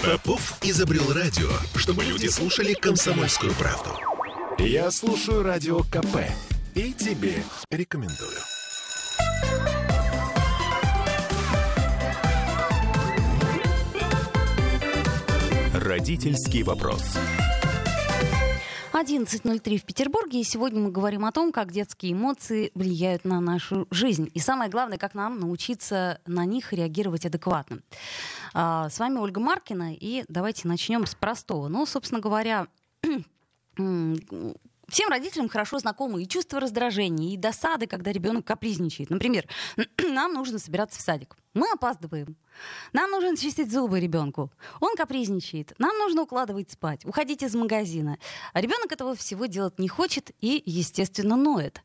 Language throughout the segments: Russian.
Попов изобрел радио, чтобы люди слушали «Комсомольскую правду». Я слушаю Радио КП и тебе рекомендую. Родительский вопрос. 11:03 в Петербурге, и сегодня мы говорим о том, как детские эмоции влияют на нашу жизнь. И самое главное, как нам научиться на них реагировать адекватно. С вами Ольга Маркина, и давайте начнем с простого. Ну, собственно говоря, всем родителям хорошо знакомы и чувство раздражения, и досады, когда ребенок капризничает. Например, нам нужно собираться в садик. Мы опаздываем. Нам нужно чистить зубы ребенку. Он капризничает. Нам нужно укладывать спать, уходить из магазина. А ребенок этого всего делать не хочет и, естественно, ноет.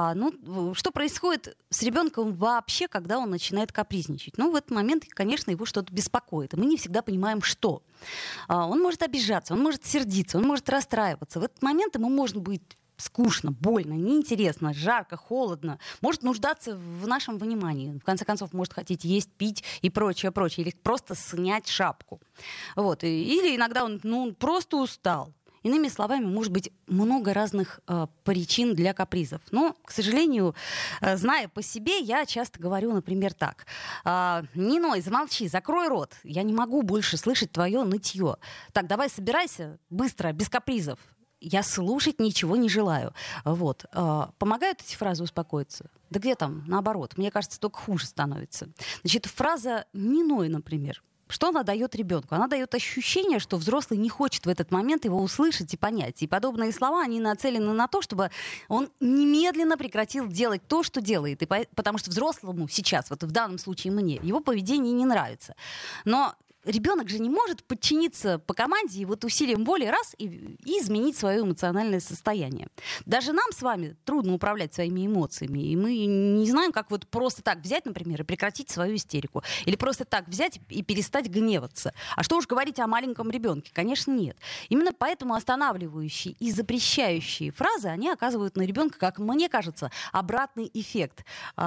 Что происходит с ребенком вообще, когда он начинает капризничать? В этот момент, конечно, его что-то беспокоит. И мы не всегда понимаем, что. Он может обижаться, он может сердиться, он может расстраиваться. В этот момент ему может быть скучно, больно, неинтересно, жарко, холодно, может нуждаться в нашем внимании. В конце концов, может хотеть есть, пить и прочее, прочее. Или просто снять шапку. Или иногда он просто устал. Иными словами, может быть много разных причин для капризов. Но, к сожалению, зная по себе, я часто говорю, например, так. «Не ной, замолчи, закрой рот. Я не могу больше слышать твое нытье. Так, давай собирайся быстро, без капризов. Я слушать ничего не желаю». Помогают эти фразы успокоиться? Да где там, наоборот. Мне кажется, только хуже становится. Значит, фраза «не ной», например. Что она дает ребенку? Она дает ощущение, что взрослый не хочет в этот момент его услышать и понять. И подобные слова, они нацелены на то, чтобы он немедленно прекратил делать то, что делает. Потому что взрослому сейчас, в данном случае мне, его поведение не нравится. Но ребенок же не может подчиниться по команде и усилием воли и изменить свое эмоциональное состояние. Даже нам с вами трудно управлять своими эмоциями. И мы не знаем, как просто так взять, например, и прекратить свою истерику. Или просто так взять и перестать гневаться. А что уж говорить о маленьком ребенке? Конечно, нет. Именно поэтому останавливающие и запрещающие фразы, они оказывают на ребенка, как мне кажется, обратный эффект.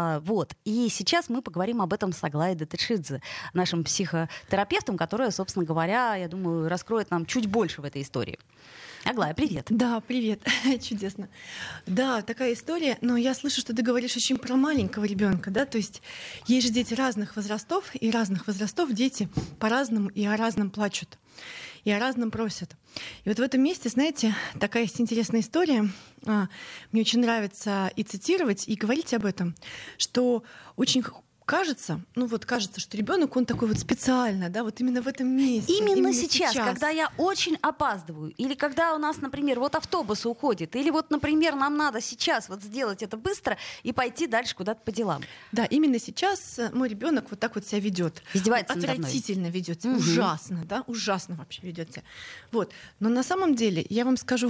И сейчас мы поговорим об этом с Аглаей Датышидзе, нашим психотерапевтом, которая, собственно говоря, я думаю, раскроет нам чуть больше в этой истории. Аглая, привет. Да, привет. Чудесно. Да, такая история, но я слышу, что ты говоришь очень про маленького ребенка, да, то есть есть же дети разных возрастов, и разных возрастов дети по-разному и о разном плачут, и о разном просят. И в этом месте, знаете, такая есть интересная история. Мне очень нравится и цитировать, и говорить об этом, что очень кажется, что ребенок, он такой специально, да, именно в этом месте. Именно сейчас, когда я очень опаздываю, или когда у нас, например, автобус уходит, или например, нам надо сейчас сделать это быстро и пойти дальше куда-то по делам. Да, именно сейчас мой ребенок так себя ведет. Издевается надо мной. Отвратительно ведет себя, ужасно, да, ужасно вообще ведет себя. Но на самом деле я вам скажу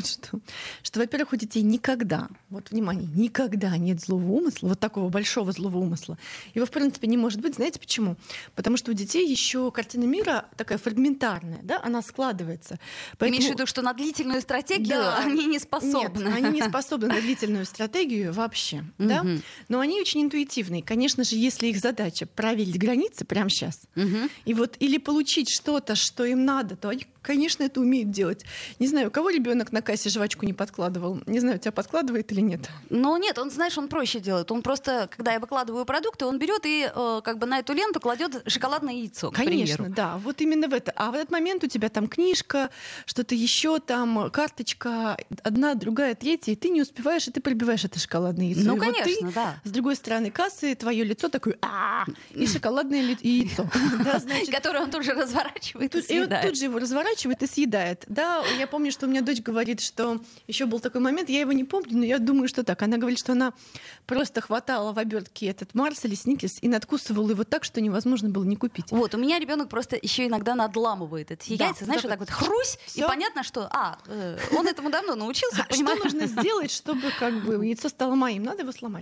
что, во-первых, у детей никогда, внимание, никогда нет злого умысла, такого большого злого умысла. Его, в принципе, не может быть. Знаете почему? Потому что у детей еще картина мира такая фрагментарная, да, она складывается. Ты имеешь в виду, что на длительную стратегию они не способны? Нет, они не способны на длительную стратегию вообще, да? Но они очень интуитивные. Конечно же, если их задача проверить границы прямо сейчас, и или получить что-то, что им надо, то они, конечно, это умеют делать. Не знаю, у кого ребенок на кассе жвачку не подкладывал? Не знаю, у тебя подкладывает или нет? Нет, он проще делает. Он просто, когда я выкладываю продукты, он берет и на эту ленту кладет шоколадное яйцо, к Конечно, примеру. да, именно в это. А в этот момент у тебя там книжка, что-то еще там, карточка, одна, другая, третья, и ты не успеваешь, и ты пробиваешь это шоколадное яйцо. И конечно, ты, да. С другой стороны кассы, твое лицо такое и шоколадное яйцо. Которое он тут же разворачивает и съедает. И тут же его разворачивает и съедает. Да, я помню, что у меня дочь говорит, что еще был такой момент, я его не помню, но я думаю, что так. Она говорит, что она просто хватала в обертке этот Марс или Сникерс и надкусывала его так, что невозможно было не купить. У меня ребенок просто еще иногда надламывает эти яйца, знаешь, хрусь, и понятно, что он этому давно научился. Что нужно сделать, чтобы яйцо стало моим? Надо его сломать.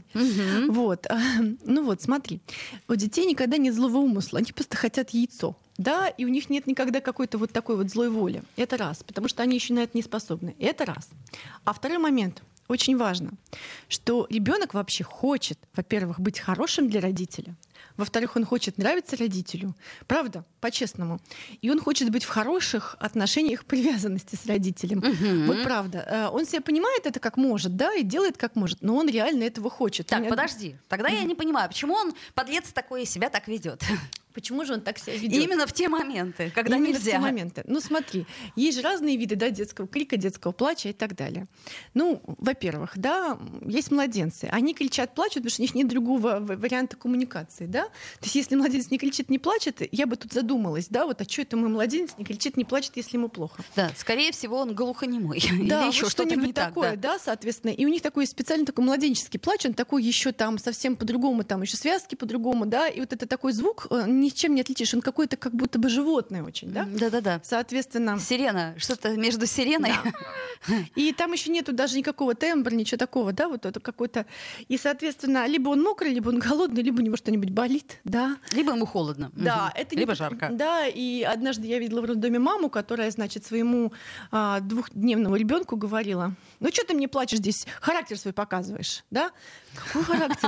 Смотри, у детей никогда нет злого умысла, они просто хотят яйцо. Да, и у них нет никогда какой-то такой злой воли. Это раз, потому что они еще на это не способны. Это раз. А второй момент. очень важно, что ребенок вообще хочет, во-первых, быть хорошим для родителя, во-вторых, он хочет нравиться родителю, правда, по-честному, и он хочет быть в хороших отношениях привязанности с родителем. Вот правда. Он себя понимает это как может, да, и делает как может, но он реально этого хочет. Так, подожди, тогда я не понимаю, почему он, подлец такой, себя так ведет? Почему же он так себя ведет? Именно в те моменты, когда Именно нельзя. в те моменты. Ну, смотри, есть же разные виды, да, детского крика, детского плача и так далее. Ну, во-первых, да, есть младенцы. Они кричат, плачут, потому что у них нет другого варианта коммуникации, да. То есть если младенец не кричит, не плачет, я бы тут задумалась, да, вот, а что это мой младенец не кричит, не плачет, если ему плохо? Да, скорее всего, он глухонемой. Да, или еще вот что-то не так, такое, да, соответственно. И у них такой специальный такой младенческий плач, он такой еще там совсем по-другому, там еще связки по-другому, да, и вот это такой звук ничем не отличишь, он какой-то как будто бы животное очень, да? Да-да-да. Соответственно... Сирена, что-то между сиреной. Да. И там еще нету даже никакого тембра, ничего такого, да, вот это какой-то... И, соответственно, либо он мокрый, либо он голодный, либо у него что-нибудь болит, да. Либо ему холодно. Да, это либо жарко. Да, и однажды я видела в роддоме маму, которая, значит, своему двухдневному ребенку говорила: ну что ты мне плачешь здесь, характер свой показываешь, да? Какой характер?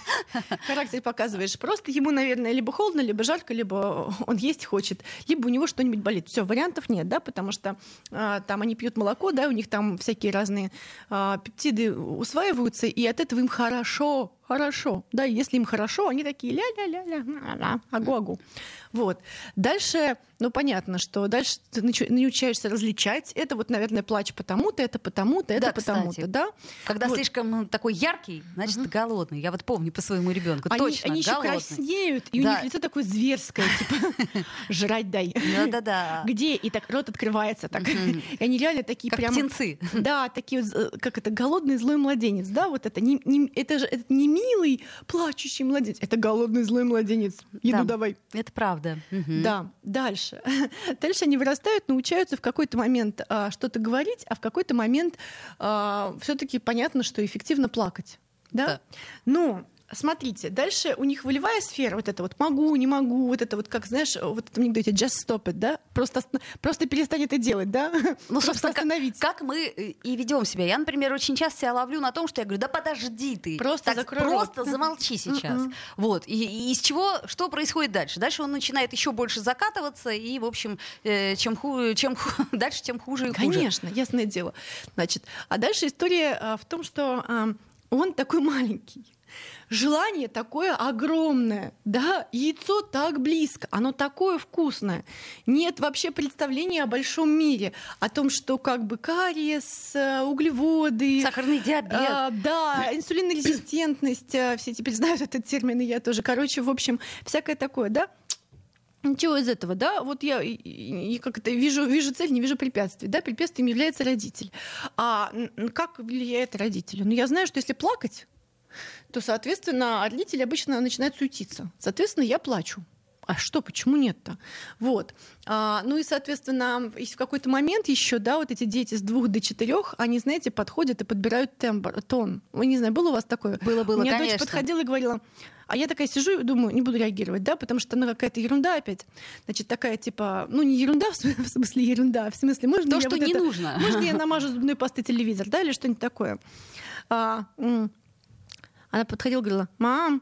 Характер показываешь. Просто ему, наверное, либо холодно, либо жарко, либо он есть хочет, либо у него что-нибудь болит. Все, вариантов нет, да, потому что там они пьют молоко, да, у них там всякие разные пептиды усваиваются, и от этого им хорошо, да, и если им хорошо, они такие ля-ля-ля-ля, агу-агу. Вот. Дальше, ну, понятно, что дальше ты научаешься различать. Это вот, наверное, плач потому-то, это потому-то, это потому-то, да? Когда вот. Слишком такой яркий, значит, голодный. Я вот помню по своему ребенку, точно, они голодный. Они еще краснеют, и у них лицо такое зверское, типа, жрать дай. Да-да-да. Где? И так рот открывается так. И они реально такие как прямо... птенцы. Да, такие, как это, голодный злой младенец, да, вот это это не милый плачущий младенец, это голодный злой младенец. Еду давай. Это правда. Да, дальше. Дальше они вырастают, научаются в какой-то момент что-то говорить, а в какой-то момент все-таки понятно, что эффективно плакать. Да? Но смотрите, дальше у них волевая сфера, вот это вот могу, не могу, вот это вот, как, знаешь, вот это в анекдоте just stop it, да? Просто перестань это делать, да? Ну, собственно, как мы и ведем себя. Я, например, очень часто себя ловлю на том, что я говорю: да подожди ты, просто замолчи сейчас. Вот. И из чего, что происходит дальше? Дальше он начинает еще больше закатываться, и, в общем, дальше тем хуже и хуже. Конечно, ясное дело. Значит, а дальше история в том, что он такой маленький. Желание такое огромное, да, яйцо так близко, оно такое вкусное. Нет вообще представления о большом мире, о том, что как бы кариес, углеводы, сахарный диабет, да, инсулинорезистентность, все теперь знают этот термин, и я тоже. Короче, в общем, всякое такое, да. Ничего из этого, да, вот я как это вижу цель, не вижу препятствий, да, препятствием является родитель. А как влияет родителю? Ну, я знаю, что если плакать, то, соответственно, родители обычно начинают суетиться. Соответственно, я плачу. А что, почему нет-то? Вот. Ну и, соответственно, в какой-то момент еще, да, вот эти дети с 2 до 4, они, знаете, подходят и подбирают тон. Вы не знаю, было у вас такое? Было, У меня конечно. дочь подходила и говорила, а я такая сижу и думаю, не буду реагировать, да, потому что она какая-то ерунда опять. Значит, такая типа, ну не ерунда, в смысле ерунда, в смысле, можно то, я что вот не это, нужно. Можно я намажу зубной пастой телевизор, да, или что-нибудь такое? Она подходила и говорила: мам,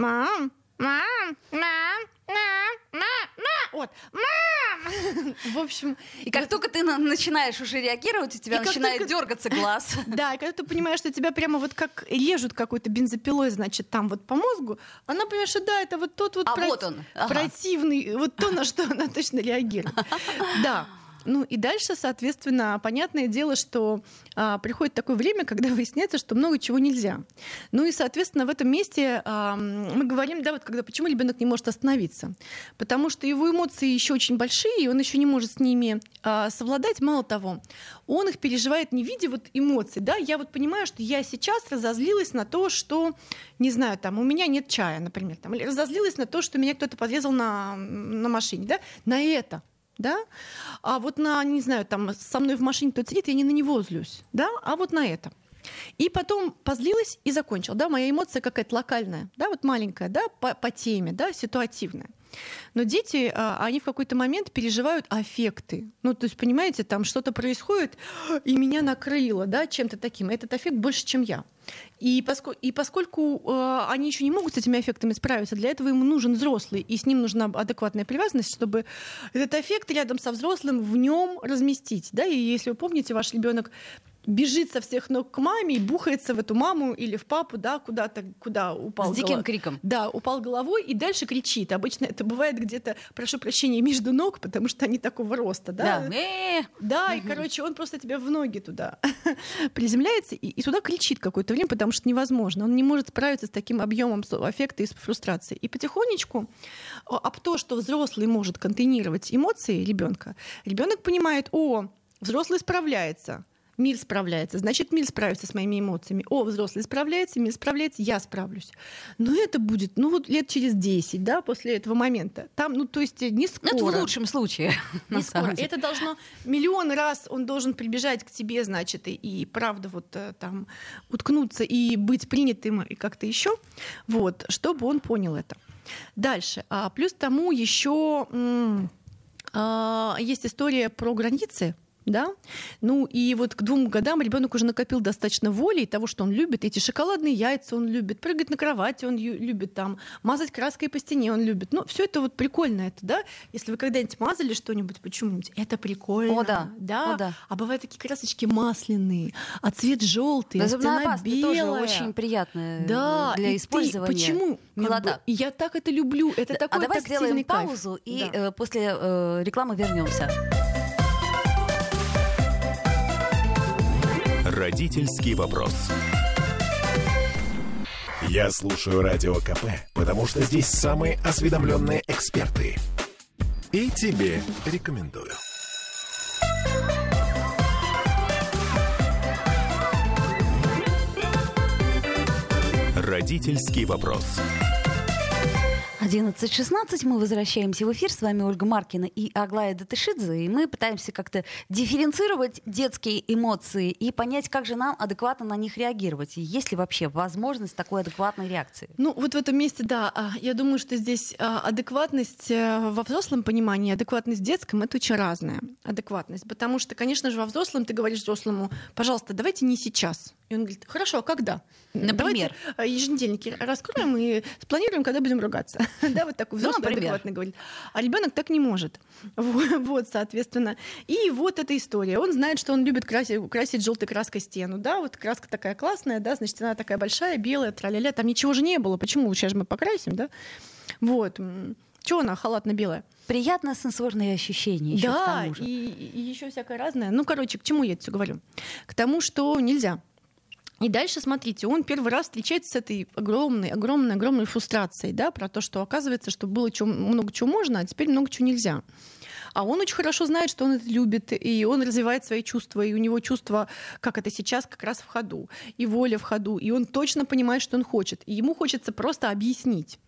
вот, мам! В общем... И как только ты начинаешь уже реагировать, у тебя начинает дергаться глаз. Да, и когда ты понимаешь, что тебя прямо вот как режут какой-то бензопилой, значит, там вот по мозгу, она понимает, что да, это вот тот вот противный, вот то, на что она точно реагирует. Да. Ну и дальше, соответственно, понятное дело, что приходит такое время, когда выясняется, что много чего нельзя. Ну и, соответственно, в этом месте мы говорим, да, вот когда почему ребенок не может остановиться. Потому что его эмоции еще очень большие, и он еще не может с ними совладать. Мало того, он их переживает не в виде вот эмоций. Да? Я вот понимаю, что я сейчас разозлилась на то, что, не знаю, там, у меня нет чая, например. Там, или разозлилась на то, что меня кто-то подрезал на машине. Да? На это. Да? А вот на, не знаю, там со мной в машине кто-то сидит, я не на него злюсь, да? А вот на это. И потом позлилась и закончила. Да? Моя эмоция какая-то локальная, да? Вот маленькая, да? По теме, да? Ситуативная. Но дети, они в какой-то момент переживают аффекты. Ну, то есть, понимаете, там что-то происходит, и меня накрыло, да, чем-то таким. Этот аффект больше, чем я. И поскольку они еще не могут с этими аффектами справиться, для этого ему нужен взрослый, и с ним нужна адекватная привязанность, чтобы этот аффект рядом со взрослым в нем разместить. Да? И если вы помните, ваш ребенок бежит со всех ног к маме и бухается в эту маму или в папу, да, куда упал. С диким криком. Да, упал головой и дальше кричит. Обычно это бывает где-то, прошу прощения, между ног, потому что они такого роста. Да, да. И, короче, он просто тебя в ноги туда приземляется и туда кричит какое-то время, потому что невозможно. Он не может справиться с таким объемом аффекта и фрустрации. И потихонечку об то, что взрослый может контейнировать эмоции ребенка, ребенок понимает: о, взрослый справляется. Мир справляется, значит, мир справится с моими эмоциями. О, взрослый справляется, мир справляется, я справлюсь. Но это будет, лет через 10, да, после этого момента. Там, то есть не скоро. Это в лучшем случае. Не скоро. Это должно миллион раз он должен прибежать к тебе, значит, и правда вот там уткнуться и быть принятым и как-то еще, вот, чтобы он понял это. Дальше. Плюс тому еще есть история про границы. Да? Ну и вот к 2 годам ребенок уже накопил достаточно воли и того, что он любит. Эти шоколадные яйца он любит, прыгать на кровати он любит, там, мазать краской по стене он любит. Ну, все это вот прикольно, это, да? Если вы когда-нибудь мазали что-нибудь почему-нибудь, это прикольно. О, да. Да? О, да. А бывают такие красочки масляные, а цвет желтый, а стена белая. Тоже очень приятная, да, для использования. Почему? Холода. Я так это люблю. Это такой давай сделаем паузу кайф. И после рекламы вернемся. Родительский вопрос. Я слушаю Радио КП, потому что здесь самые осведомленные эксперты. И тебе рекомендую. Родительский вопрос. 11:16, мы возвращаемся в эфир. С вами Ольга Маркина и Аглая Датышидзе. И мы пытаемся как-то дифференцировать детские эмоции и понять, как же нам адекватно на них реагировать. И есть ли вообще возможность такой адекватной реакции? Ну, вот в этом месте, да, я думаю, что здесь адекватность во взрослом понимании, адекватность в детском — это очень разная адекватность. Потому что, конечно же, во взрослом ты говоришь взрослому: пожалуйста, давайте не сейчас. И он говорит: хорошо, а когда? Например? Давайте еженедельники раскроем и спланируем, когда будем ругаться. Да, вот такой взрослый адекватно говорит. А ребенок так не может. Вот, соответственно. И вот эта история. Он знает, что он любит красить желтой краской стену. Да, вот краска такая классная, да, значит, она такая большая, белая, тра-ля-ля. Там ничего же не было. Почему? Сейчас же мы покрасим, да? Вот. Чего она халатно-белая? Приятное сенсорное ощущение еще, да, к тому же. И еще всякое разное. Ну, короче, к чему я это все говорю? К тому, что нельзя. И дальше, смотрите, он первый раз встречается с этой огромной фрустрацией, да, про то, что оказывается, что было много чего можно, а теперь много чего нельзя. А он очень хорошо знает, что он это любит, и он развивает свои чувства, и у него чувства, как это сейчас, как раз в ходу, и воля в ходу, и он точно понимает, что он хочет. И ему хочется просто объяснить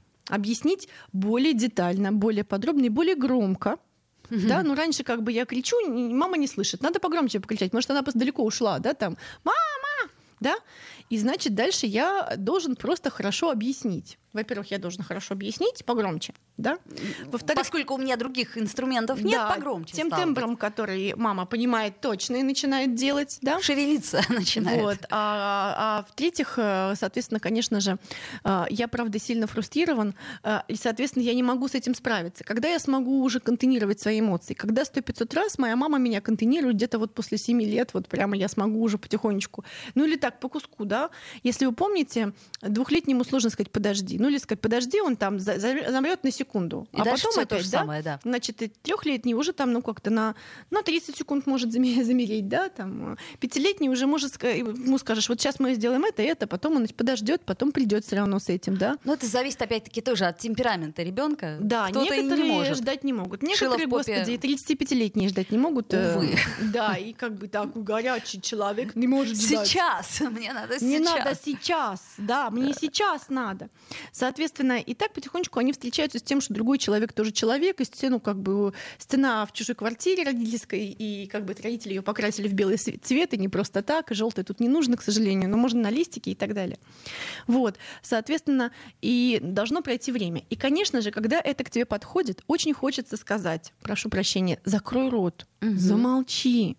более детально, более подробно и более громко. Да, ну раньше как бы я кричу, мама не слышит, надо погромче покричать, может, она просто далеко ушла, да, там, мама, да, и значит, дальше я должен просто хорошо объяснить. Во-первых, я должен хорошо объяснить, погромче, да? Во-вторых, поскольку у меня других инструментов нет, да, погромче. Тем тембром, который мама понимает точно и начинает делать, да? Шевелиться начинает. Вот. А в-третьих, соответственно, конечно же, я, правда, сильно фрустрирован, и, соответственно, я не могу с этим справиться. Когда я смогу уже контейнировать свои эмоции? Когда 100-500 раз моя мама меня контейнирует где-то вот после 7 лет, вот прямо я смогу уже потихонечку. Ну или так, по куску, да? Если вы помните, 2-летнему сложно сказать «подожди». Ну или сказать «подожди», он там замрет на секунду. И а дальше потом то опять, же да? самое, да. Значит, 3-летний уже там, ну как-то на 30 секунд может замереть, да? Там, 5-летний уже может, ему скажешь, вот сейчас мы сделаем это, потом он подождет, потом придет все равно с этим, да? Но это зависит опять-таки тоже от темперамента ребенка. Да, кто-то некоторые не может. ждать не могут. Некоторые, господи, 35-летние ждать не могут. Увы. Да, и как бы такой горячий человек не может ждать. Сейчас, мне надо сейчас. Не надо сейчас, да, мне сейчас надо. Соответственно, и так потихонечку они встречаются с тем, что другой человек тоже человек, и стена в чужой квартире родительской, и как бы родители ее покрасили в белый цвет, и не просто так, и желтый тут не нужно, к сожалению, но можно на листике и так далее. Вот, соответственно, и должно пройти время. И, конечно же, когда это к тебе подходит, очень хочется сказать, прошу прощения, закрой рот, замолчи.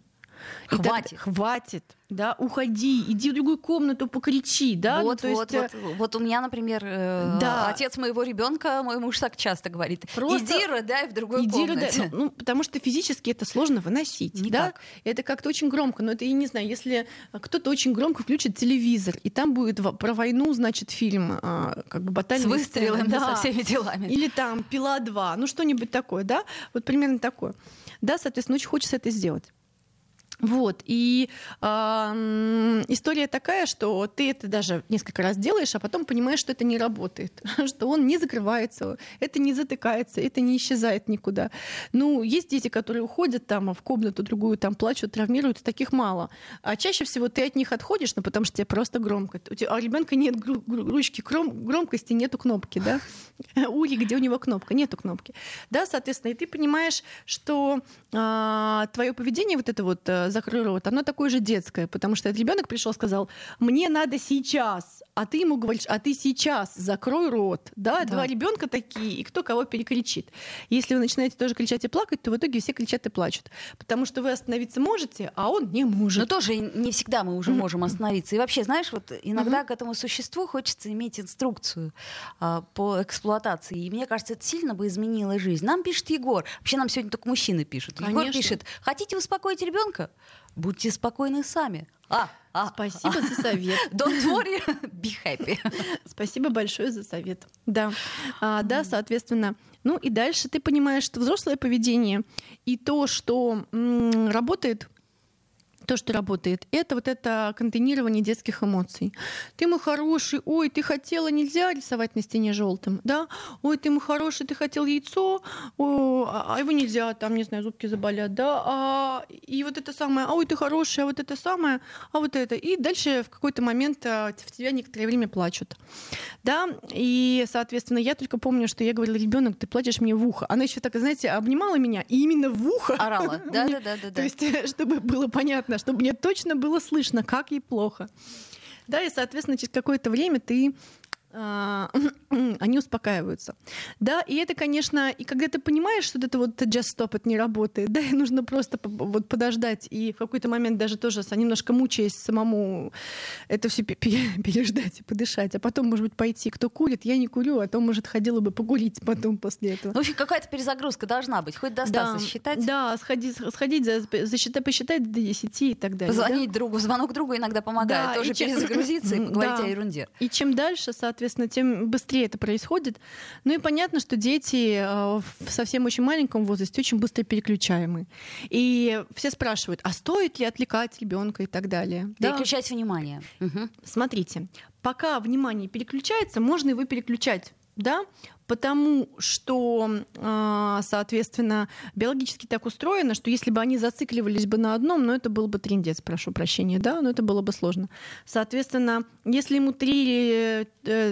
Хватит, да, уходи, иди в другую комнату, покричи, да. Вот у меня, например, отец моего ребенка, мой муж так часто говорит: иди рыдай в другой комнате. Ну, потому что физически это сложно выносить, да. Это как-то очень громко, но это, я не знаю, если кто-то очень громко включит телевизор, и там будет про войну, значит, фильм, как бы батальный. С выстрелами, да, со всеми делами. Или там «Пила 2», ну что-нибудь такое, да, вот примерно такое. Да, соответственно, очень хочется это сделать. Вот, и история такая, что ты это даже несколько раз делаешь, а потом понимаешь, что это не работает, что он не закрывается, это не затыкается, это не исчезает никуда. Ну, есть дети, которые уходят там в комнату другую, там плачут, травмируются, таких мало. А чаще всего ты от них отходишь, ну, потому что тебе просто громко. А у ребенка нет ручки громкости, нету кнопки, да? Ури, где у него кнопка? Нету кнопки. Да, соответственно, и ты понимаешь, что твое поведение вот это вот «закрой рот», оно такое же детское, потому что этот ребенок пришел, сказал: мне надо сейчас, а ты ему говоришь: а ты сейчас закрой рот. Да? Два ребенка такие, и кто кого перекричит. Если вы начинаете тоже кричать и плакать, то в итоге все кричат и плачут, потому что вы остановиться можете, а он не может. Но тоже не всегда мы уже можем остановиться. И вообще, знаешь, вот иногда к этому существу хочется иметь инструкцию по эксплуатации. И мне кажется, это сильно бы изменило жизнь. Нам пишет Егор. Вообще нам сегодня только мужчины пишут. Конечно. Егор пишет: хотите успокоить ребенка? Будьте спокойны сами. Спасибо за совет. Don't worry, be happy. Спасибо большое за совет. Да, да, соответственно. Ну и дальше ты понимаешь, что взрослое поведение и то, что работает, это вот это контейнирование детских эмоций. Ты мой хороший, ой, ты хотела, нельзя рисовать на стене желтым, да? Ой, ты мой хороший, ты хотел яйцо, а его нельзя, там, не знаю, зубки заболят, да? И вот это самое, ой, ты хороший, а вот это самое, а вот это. И дальше в какой-то момент в тебя некоторое время плачут, да? И, соответственно, я только помню, что я говорила: ребенок, ты плачешь мне в ухо. Она еще так, знаете, обнимала меня и именно в ухо. Орала, да. То есть, чтобы было понятно, чтобы мне точно было слышно, как ей плохо. Да, и, соответственно, через какое-то время они успокаиваются. Да, и это, конечно, и когда ты понимаешь, что это вот just stop, это не работает, да, и нужно просто вот подождать и в какой-то момент даже тоже немножко мучаясь самому это все переждать и подышать, а потом, может быть, пойти. Кто курит, я не курю, а то, может, ходила бы покурить потом после этого. В общем, какая-то перезагрузка должна быть, хоть до 100 сосчитать. Да, сходить, посчитать до 10 и так далее. Позвонить другу, звонок другу иногда помогает, да, тоже перезагрузиться и поговорить о ерунде. И чем дальше, соответственно, тем быстрее это происходит. Ну и понятно, что дети в совсем очень маленьком возрасте очень быстро переключаемы. И все спрашивают: а стоит ли отвлекать ребенка и так далее? Переключать внимание. Смотрите, пока внимание переключается, можно его переключать. Да? Потому что, соответственно, биологически так устроено, что если бы они зацикливались бы на одном, это был бы трындец, прошу прощения, да, но это было бы сложно. Соответственно, если ему 3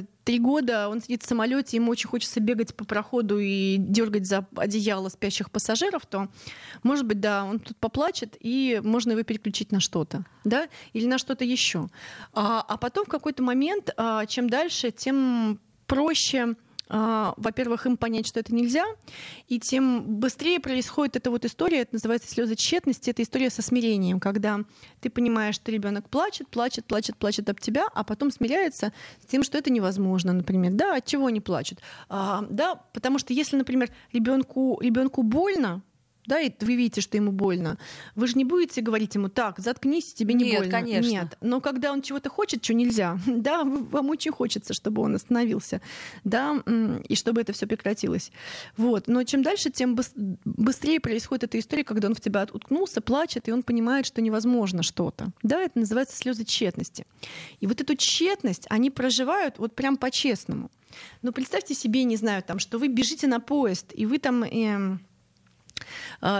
года, он сидит в самолете, ему очень хочется бегать по проходу и дергать за одеяло спящих пассажиров, то, может быть, да, он тут поплачет, и можно его переключить на что-то, да, или на что-то еще. А потом в какой-то момент, чем дальше, тем проще, во-первых, им понять, что это нельзя, и тем быстрее происходит эта вот история, это называется слезы тщетности, это история со смирением, когда ты понимаешь, что ребенок плачет об тебя, а потом смиряется с тем, что это невозможно, например. Да, от чего они плачут? Да, потому что если, например, ребенку больно, да, и вы видите, что ему больно, вы же не будете говорить ему: так, заткнись, тебе не больно. Конечно. Нет, но когда он чего-то хочет, что нельзя, да, вам очень хочется, чтобы он остановился, да, и чтобы это все прекратилось. Вот. Но чем дальше, тем быстрее происходит эта история, когда он в тебя уткнулся, плачет, и он понимает, что невозможно что-то. Да, это называется слезы тщетности. И вот эту тщетность они проживают вот прям по-честному. Но представьте себе, не знаю, там, что вы бежите на поезд, и вы там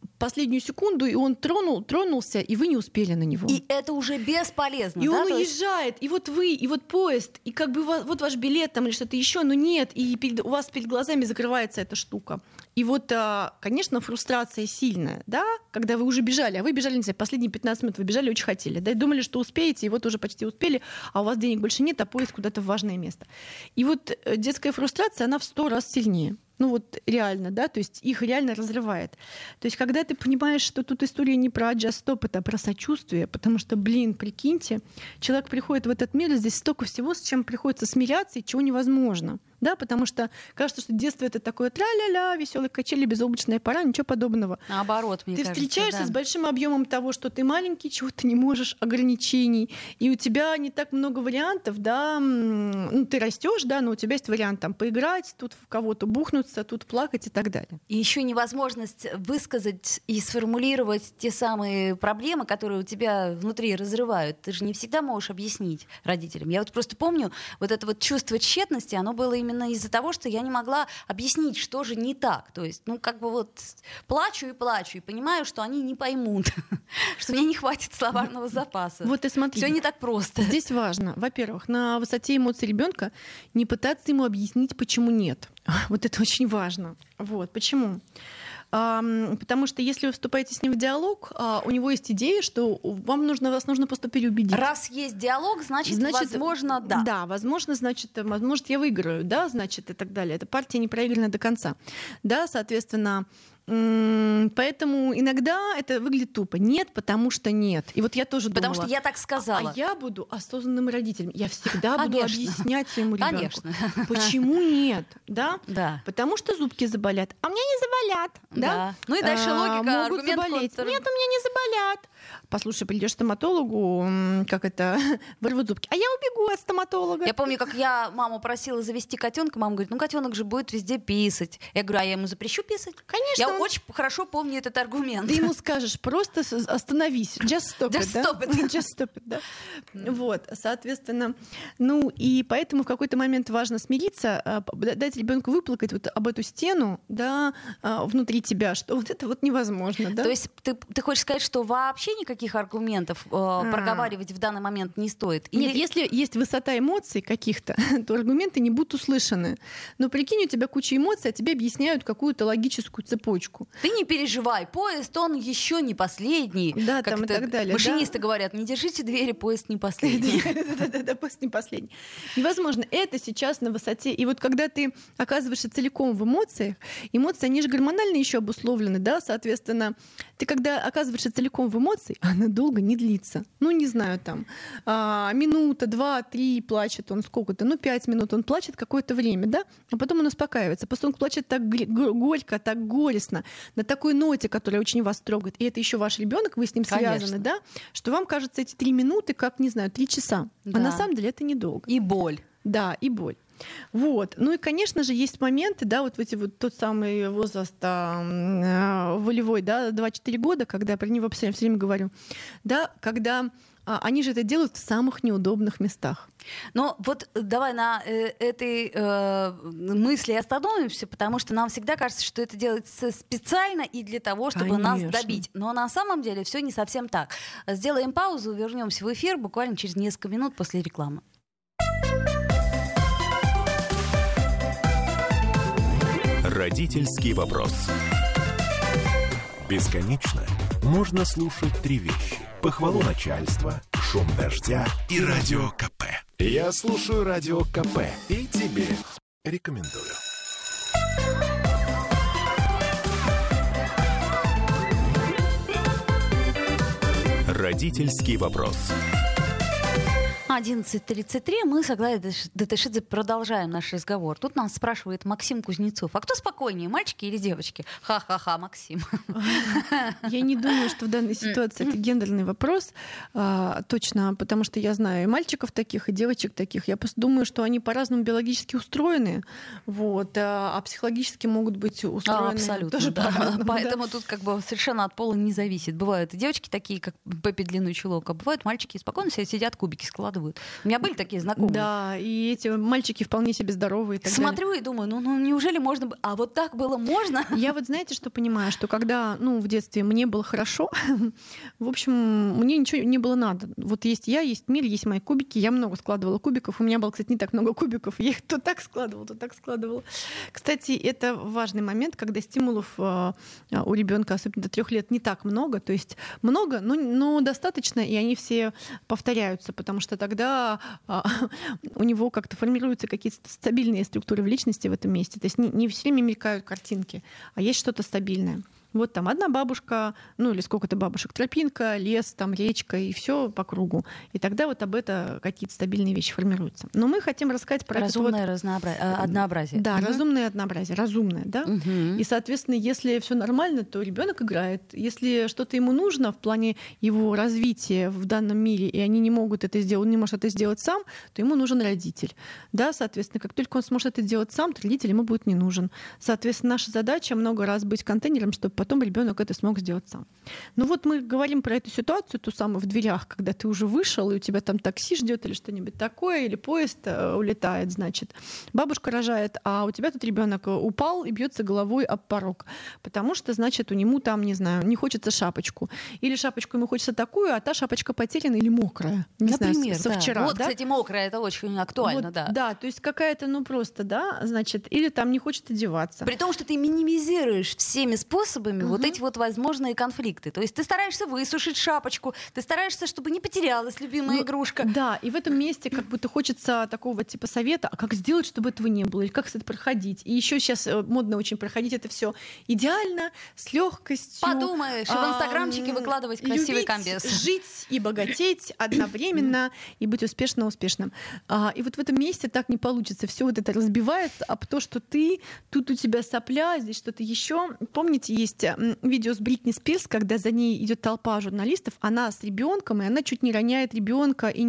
последнюю секунду, и он тронулся, и вы не успели на него. И это уже бесполезно. И да? он уезжает, и вот вы, и вот поезд, и как бы вот ваш билет там или что-то еще, но нет, и у вас перед глазами закрывается эта штука. И вот, конечно, фрустрация сильная, да, когда вы уже бежали, а вы бежали, не знаю, последние 15 минут, вы бежали, очень хотели, да, и думали, что успеете, и вот уже почти успели, а у вас денег больше нет, а поезд куда-то в важное место. И вот детская фрустрация, она в 100 раз сильнее. Ну вот реально, да, то есть их реально разрывает. То есть когда ты понимаешь, что тут история не про just stop, это про сочувствие, потому что, прикиньте, человек приходит в этот мир, и здесь столько всего, с чем приходится смиряться и чего невозможно. Да, потому что кажется, что детство — это такое тра-ля-ля, веселые качели, безоблачная пора, ничего подобного. Наоборот, мне кажется, ты встречаешься да. с большим объемом того, что ты маленький, чего ты не можешь, ограничений, и у тебя не так много вариантов, да, ну, ты растешь, да, но у тебя есть вариант там поиграть, тут в кого-то бухнуться, тут плакать и так далее. И еще невозможность высказать и сформулировать те самые проблемы, которые у тебя внутри разрывают. Ты же не всегда можешь объяснить родителям. Я вот просто помню, вот это вот чувство тщетности, оно было именно из-за того, что я не могла объяснить, что же не так. То есть, ну, как бы вот плачу, и понимаю, что они не поймут, что мне не хватит словарного запаса. Вот и смотри. Всё не так просто. Здесь важно, во-первых, на высоте эмоций ребенка не пытаться ему объяснить, почему нет. Вот это очень важно. Вот. Почему? Потому что если вы вступаете с ним в диалог, у него есть идея, что вас нужно просто переубедить. Раз есть диалог, значит возможно, да. Да, возможно, значит, я выиграю, да, значит, и так далее. Эта партия не проиграна до конца. Да, соответственно, поэтому иногда это выглядит тупо. Нет, потому что нет. И вот я тоже думала. Потому что я так сказала. А я буду осознанным родителем. Я всегда буду объяснять своему ребенку, почему нет, да? Да. Потому что зубки заболят. А у меня не заболят, да? Ну и дальше логика, могут аргумент заболеть. контр. Нет, у меня не заболят. Послушай, придешь к стоматологу, вырвут зубки. А я убегу от стоматолога. Я помню, как я маму просила завести котенка. Мама говорит, ну котенок же будет везде писать. Я говорю, а я ему запрещу писать? Конечно. Я очень хорошо помню этот аргумент. Ты ему скажешь, просто остановись. Just stop it, да? Just stop it, да? Вот, соответственно, ну и поэтому в какой-то момент важно смириться, дать ребенку выплакать вот об эту стену, да, внутри тебя, что вот это вот невозможно, да? То есть ты хочешь сказать, что вообще никаких аргументов проговаривать в данный момент не стоит? Или... Нет, если есть высота эмоций каких-то, то аргументы не будут услышаны. Но прикинь, у тебя куча эмоций, а тебе объясняют какую-то логическую цепочку. Ты не переживай, поезд, он еще не последний. Да, там и так далее. Машинисты говорят, не держите двери, поезд не последний. Да, поезд не последний. Невозможно. Это сейчас на высоте. И вот когда ты оказываешься целиком в эмоциях, эмоции, они же гормонально еще обусловлены, да, соответственно, ты когда оказываешься целиком в эмоции, она долго не длится. Ну, не знаю, там, минута, 2, 3 плачет он сколько-то, 5 минут он плачет какое-то время, да, а потом он успокаивается. Просто он плачет так горько, так горестно, на такой ноте, которая очень вас трогает. И это еще ваш ребенок, вы с ним связаны, да, что вам кажется эти 3 минуты как, не знаю, 3 часа. Да. А на самом деле это недолго. И боль. Да, и боль. Вот. Ну и, конечно же, есть моменты, да, вот эти вот тот самый возраст волевой, да, 2-4 года, когда я про него все время говорю, да, когда они же это делают в самых неудобных местах. Но вот давай на этой мысли остановимся, потому что нам всегда кажется, что это делается специально и для того, чтобы нас добить. Но на самом деле все не совсем так. Сделаем паузу, вернемся в эфир буквально через несколько минут после рекламы. Родительский вопрос. Бесконечно можно слушать 3 вещи. Похвалу начальства, шум дождя и радио КП. Я слушаю радио КП и тебе рекомендую. Родительский вопрос. 11:33. Мы с Аглаей Датышидзе продолжаем наш разговор. Тут нас спрашивает Максим Кузнецов. А кто спокойнее, мальчики или девочки? Ха-ха-ха, Максим. Я не думаю, что в данной ситуации это гендерный вопрос. Точно, потому что я знаю и мальчиков таких, и девочек таких. Я просто думаю, что они по-разному биологически устроены, вот, а психологически могут быть устроены абсолютно, тоже да. по-разному. Поэтому тут как бы совершенно от пола не зависит. Бывают и девочки такие, как Пеппи Длинный Чулок, а бывают мальчики спокойно себе сидят, кубики складывают. испытывают. У меня были такие знакомые. Да, и эти мальчики вполне себе здоровые. И Смотрю далее. и думаю, ну неужели можно... А вот так было можно? Я вот знаете, что понимаю, что когда, в детстве мне было хорошо, в общем, мне ничего не было надо. Вот есть я, есть мир, есть мои кубики. Я много складывала кубиков. У меня было, кстати, не так много кубиков. Я их то так складывала, то так складывала. Кстати, это важный момент, когда стимулов у ребенка, особенно до 3 лет, не так много. То есть много, но достаточно, и они все повторяются, потому что тогда у него как-то формируются какие-то стабильные структуры в личности в этом месте. То есть не все время мелькают картинки, а есть что-то стабильное. Вот там одна бабушка, или сколько-то бабушек, тропинка, лес, там речка, и все по кругу. И тогда вот об это какие-то стабильные вещи формируются. Но мы хотим рассказать про разумное однообразие. Да, разумное однообразие, разумное, да. И, соответственно, если все нормально, то ребенок играет. Если что-то ему нужно в плане его развития в данном мире, и они не могут это сделать, он не может это сделать сам, то ему нужен родитель. Да, соответственно, как только он сможет это делать сам, то родитель ему будет не нужен. Соответственно, наша задача много раз быть контейнером, чтобы потом ребенок это смог сделать сам. Ну вот мы говорим про эту ситуацию, ту самую в дверях, когда ты уже вышел, и у тебя там такси ждет или что-нибудь такое, или поезд улетает, значит. Бабушка рожает, а у тебя тут ребенок упал и бьется головой об порог. Потому что, значит, у него там, не знаю, не хочется шапочку. Или шапочку ему хочется такую, а та шапочка потеряна или мокрая. Например, со вчера. Вот, да? Кстати, мокрая, это очень актуально, вот, да. Да, то есть какая-то, просто, да, значит, или там не хочет одеваться. При том, что ты минимизируешь всеми способами вот эти вот возможные конфликты. То есть ты стараешься высушить шапочку, ты стараешься, чтобы не потерялась любимая игрушка. Да, и в этом месте как будто хочется такого типа совета, а как сделать, чтобы этого не было, или как с этим проходить. И еще сейчас модно очень проходить это все идеально, с легкостью. Подумаешь, и в инстаграмчике выкладывать красивый комбез. Жить и богатеть одновременно, и быть успешным. И вот в этом месте так не получится. Все вот это разбивается об то, что ты, тут у тебя сопля, здесь что-то еще. Помните, есть видео с Бритни Спирс, когда за ней идет толпа журналистов, она с ребенком, и она чуть не роняет ребенка, и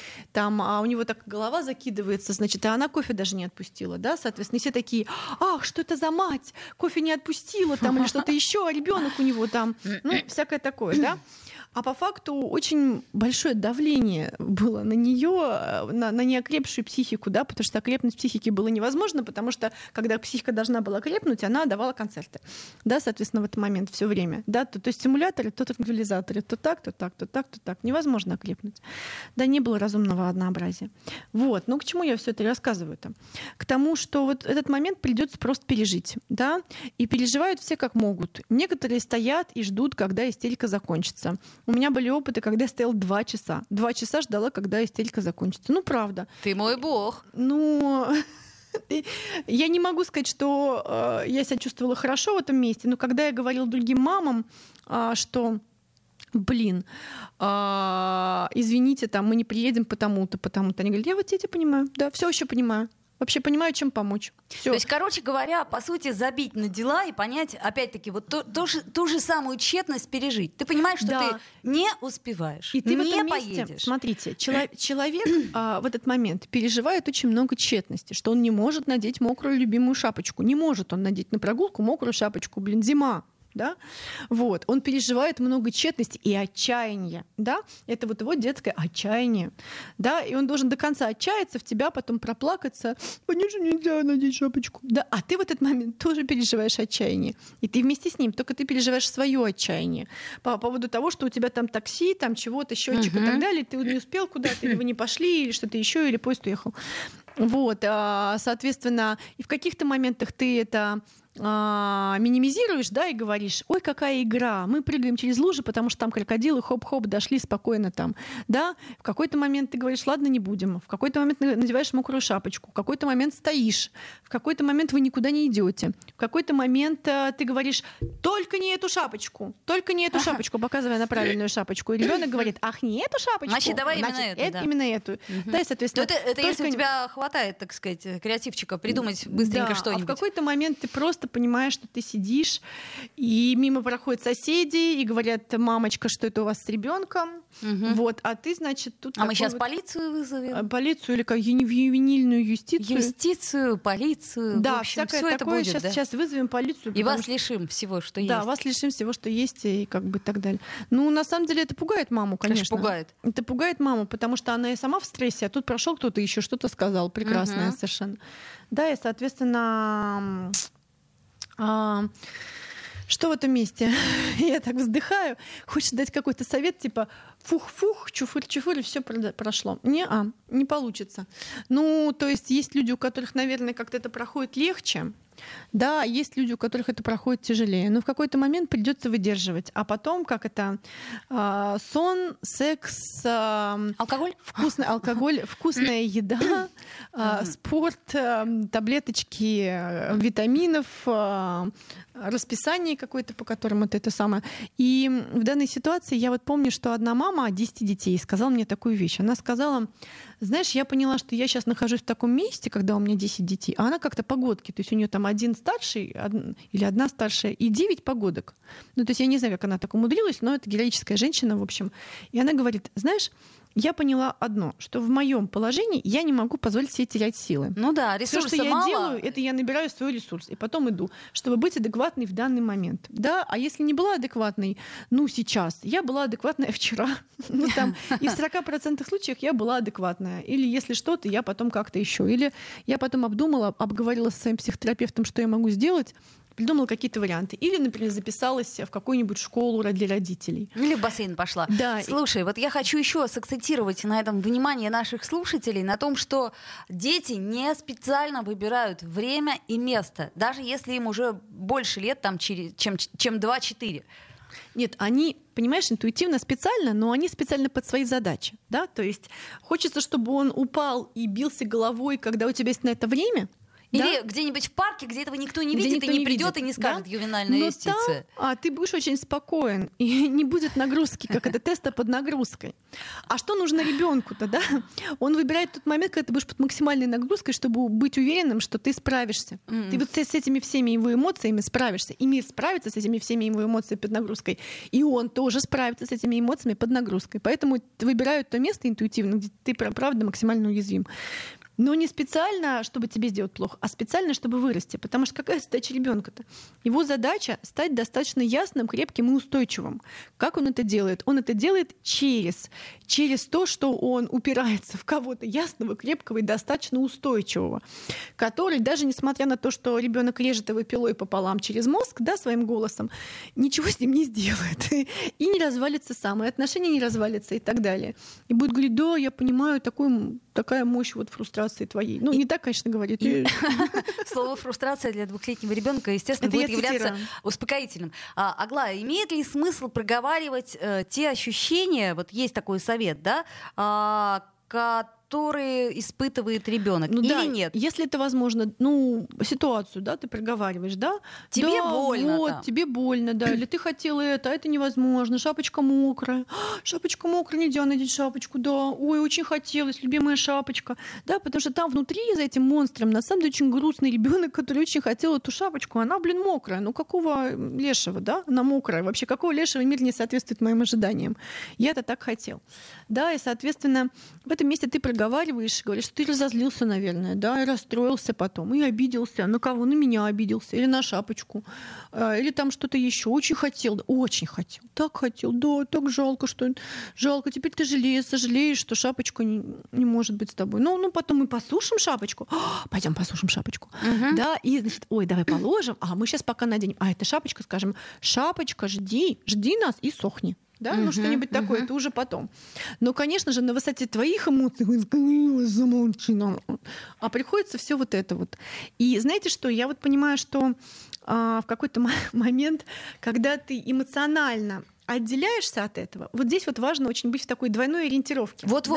а у него так голова закидывается, значит, а она кофе даже не отпустила, да, соответственно, и все такие: ах, что это за мать, кофе не отпустила, там, или что-то еще, а ребенок у него там, всякое такое, да. А по факту очень большое давление было на нее, на неокрепшую психику, да, потому что окрепнуть психике было невозможно, потому что когда психика должна была крепнуть, она давала концерты, да, соответственно, в этот момент все время, да, то стимуляторы, то транквилизаторы, то так, то так, то так, то так, невозможно окрепнуть, да, не было разумного однообразия. Вот, к чему я все это рассказываю-то? К тому, что вот этот момент придется просто пережить, да, и переживают все как могут. Некоторые стоят и ждут, когда истерика закончится. У меня были опыты, когда я стояла 2 часа. 2 часа ждала, когда истерика закончится. Правда. Ты мой бог. Я не могу сказать, что я себя чувствовала хорошо в этом месте, но когда я говорила другим мамам, что извините, там мы не приедем потому-то. Они говорят: я вот тебя понимаю, да, все еще понимаю. Вообще понимаю, чем помочь. Всё. То есть, короче говоря, по сути, забить на дела и понять, опять-таки, вот ту же самую тщетность пережить. Ты понимаешь, что ты не успеваешь, и ты не в этом поедешь. Месте, смотрите, человек в этот момент переживает очень много тщетности, что он не может надеть мокрую любимую шапочку. Не может он надеть на прогулку мокрую шапочку. Зима. Да? Вот. Он переживает много тщетности и отчаяния. Да? Это вот его детское отчаяние. Да? И он должен до конца отчаяться в тебя, потом проплакаться. Мне же нельзя надеть шапочку. Да? А ты в этот момент тоже переживаешь отчаяние. И ты вместе с ним, только ты переживаешь свое отчаяние. По поводу того, что у тебя там такси, там чего-то, счетчик и так далее, ты не успел куда-то, или вы не пошли, или что-то еще, или поезд уехал. Вот. Соответственно, и в каких-то моментах ты это минимизируешь, да, и говоришь: ой, какая игра, мы прыгаем через лужи, потому что там крокодилы, хоп-хоп, дошли спокойно там, да. В какой-то момент ты говоришь: ладно, не будем. В какой-то момент надеваешь мокрую шапочку, в какой-то момент стоишь, в какой-то момент вы никуда не идете, в какой-то момент ты говоришь: только не эту шапочку, показывая на правильную шапочку. И ребенок говорит: ах, не эту шапочку. Значит, давай именно эту. Да, и, соответственно, это если у тебя хватает, так сказать, креативчика придумать быстренько что-нибудь. А в какой-то момент ты просто просто понимаешь, что ты сидишь, и мимо проходят соседи, и говорят: мамочка, что это у вас с ребенком? Вот, а ты, значит, тут... А мы сейчас полицию вызовем? Полицию или как ювенильную юстицию? Юстицию, полицию. Да, в общем, всякое всё это такое. будет, Сейчас вызовем полицию. И вас лишим всего, что есть. Да, вас лишим всего, что есть, и как бы так далее. Ну, на самом деле, это пугает маму, конечно. Пугает. Это пугает маму, потому что она и сама в стрессе, а тут прошел кто-то еще что-то сказал. Прекрасное совершенно. Да, и, соответственно, что в этом месте? Я так вздыхаю. Хочется дать какой-то совет, типа фух-фух, чуфырь-чуфырь, и все прошло. Не получится. Ну, то есть люди, у которых, наверное, как-то это проходит легче. Да, есть люди, у которых это проходит тяжелее. Но в какой-то момент придется выдерживать. А потом, как это? Сон, секс, алкоголь, вкусная еда, спорт, таблеточки витаминов, расписание какое-то, по которому это самое. И в данной ситуации я вот помню, что одна мама 10 детей сказала мне такую вещь. Она сказала: знаешь, я поняла, что я сейчас нахожусь в таком месте, когда у меня 10 детей, а она как-то погодки, то есть у нее там один старший или одна старшая и 9 погодок. Ну, то есть я не знаю, как она так умудрилась, но это героическая женщина, в общем. И она говорит: знаешь, я поняла одно, что в моем положении я не могу позволить себе терять силы. Ну да, ресурсов Всё, что мало. я делаю, это я набираю свой ресурс, и потом иду, чтобы быть адекватной в данный момент. Да, а если не была адекватной, сейчас, я была адекватная вчера. Ну, там, и в 40% случаев я была адекватная. Или если что-то, я потом как-то еще. Или я потом обговорила со своим психотерапевтом, что я могу сделать, придумала какие-то варианты. Или, например, записалась в какую-нибудь школу для родителей. Или в бассейн пошла. Да. Слушай, вот я хочу еще сакцентировать на этом внимание наших слушателей, на том, что дети не специально выбирают время и место, даже если им уже больше лет, чем 2-4. Нет, они, понимаешь, интуитивно специально, но они специально под свои задачи. Да? То есть хочется, чтобы он упал и бился головой, когда у тебя есть на это время. Или да? где-нибудь в парке, где этого никто не видит, и не придет, и не скажет, да? Ювенальная юстиция. Ты будешь очень спокоен, и не будет нагрузки, как это теста под нагрузкой. А что нужно ребенку-то, да? Он выбирает тот момент, когда ты будешь под максимальной нагрузкой, чтобы быть уверенным, что ты справишься. Ты вот с этими всеми его эмоциями справишься, и мир справится с этими всеми его эмоциями под нагрузкой, и он тоже справится с этими эмоциями под нагрузкой. Поэтому выбирают то место интуитивно, где ты, правда, максимально уязвим. Но не специально, чтобы тебе сделать плохо, а специально, чтобы вырасти. Потому что какая задача ребенка-то? Его задача — стать достаточно ясным, крепким и устойчивым. Как он это делает? Он это делает через то, что он упирается в кого-то ясного, крепкого и достаточно устойчивого, который, даже несмотря на то, что ребенок режет его пилой пополам через мозг, да, своим голосом, ничего с ним не сделает. И не развалится сам, и отношения не развалятся, и так далее. И будет говорить: да, я понимаю, такая мощь вот фрустрации твоей. Ну, не так, конечно, говорит. Слово «фрустрация» для 2-летнего ребенка, естественно, будет являться успокоительным. Аглая, имеет ли смысл проговаривать те ощущения, вот есть такой совет, да, которые испытывает ребенок, или нет? Если это возможно, ситуацию, да, ты проговариваешь, да? Тебе больно. Вот, тебе больно, да. Или ты хотела это, а это невозможно. Шапочка мокрая. Шапочка мокрая, нельзя надеть шапочку, да. Ой, очень хотелось, любимая шапочка. Да, потому что там внутри, за этим монстром, на самом деле очень грустный ребенок, который очень хотел эту шапочку. Она, мокрая. Ну какого лешего, да? Она мокрая. Вообще, какого лешего мир не соответствует моим ожиданиям? Я-то так хотел. Да, и, соответственно, в этом месте ты проговариваешь, говоришь, что ты разозлился, наверное, да, и расстроился потом, и обиделся. На кого? На меня обиделся, или на шапочку, или там что-то еще. Очень хотел, так хотел, да, так жалко, теперь ты сожалеешь, что шапочка не может быть с тобой. Ну, потом мы посушим шапочку. Пойдем посушим шапочку. Да, и, значит, давай положим, мы сейчас пока наденем. А эта шапочка, скажем, шапочка, жди нас и сохни. Да? Что-нибудь такое, это уже потом. Но, конечно же, на высоте твоих эмоций замолчи. А приходится все вот это вот. И знаете что? Я вот понимаю, что в какой-то момент, когда ты эмоционально отделяешься от этого, вот здесь вот важно очень быть в такой двойной ориентировке. Вот-вот. Да?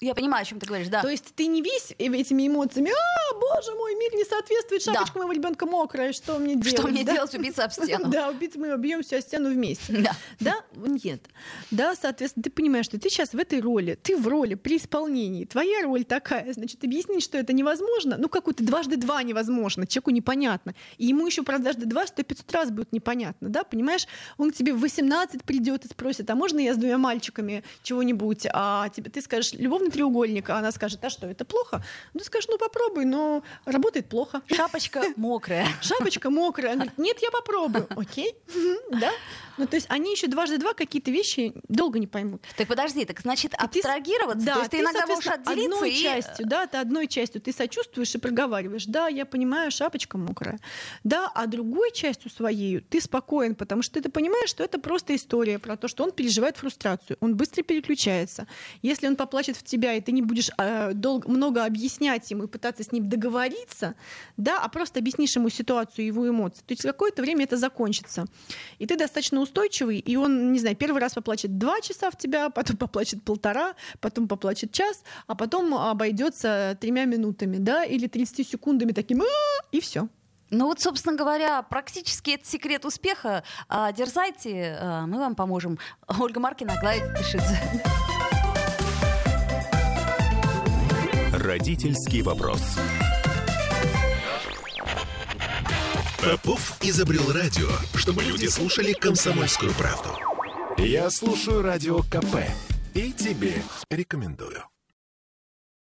Я понимаю, о чем ты говоришь, да. То есть ты не весь этими эмоциями, боже мой, мир не соответствует, шапочка моего ребенка мокрая, что мне делать? Что мне делать, убиться об стену? Да, мы бьемся о стену вместе. Да? Нет. Да, соответственно, ты понимаешь, что ты сейчас в этой роли, ты в роли при исполнении, твоя роль такая, значит, объяснить, что это невозможно, какой-то 2x2 невозможно, человеку непонятно. И ему еще про 2x2 100-500 раз будет непонятно, да, понимаешь? Он к тебе в 18 придет и спросит, а можно я с 2 мальчиками чего-нибудь? А ты скажешь, любовный треугольник, а она скажет, а что, это плохо? Ты скажешь, попробуй, но работает плохо. Шапочка мокрая. Шапочка мокрая. Она говорит, нет, я попробую. Окей, да? То есть они еще 2x2 какие-то вещи долго не поймут. Так подожди, так значит абстрагироваться? Да, то есть ты иногда можешь отделиться одной частью ты сочувствуешь и проговариваешь, да, я понимаю, шапочка мокрая. Да, а другой частью своей ты спокоен, потому что ты понимаешь, что это просто история про то, что он переживает фрустрацию, он быстро переключается. Если он поплачет в тебя, и ты не будешь много объяснять ему и пытаться с ним договориться, да, а просто объяснишь ему ситуацию, его эмоции, то есть какое-то время это закончится. И ты достаточно устойчивый, и он, не знаю, первый раз поплачет 2 часа в тебя, потом поплачет 1,5, потом поплачет час, а потом обойдется 3 минутами, да, или 30 секундами таким, и все. Собственно говоря, практически это секрет успеха. Дерзайте, мы вам поможем. Ольга Маркина, Аглая Тышидзе. Родительский вопрос. Попов изобрел радио, чтобы люди слушали «Комсомольскую правду». Я слушаю Радио КП и тебе рекомендую.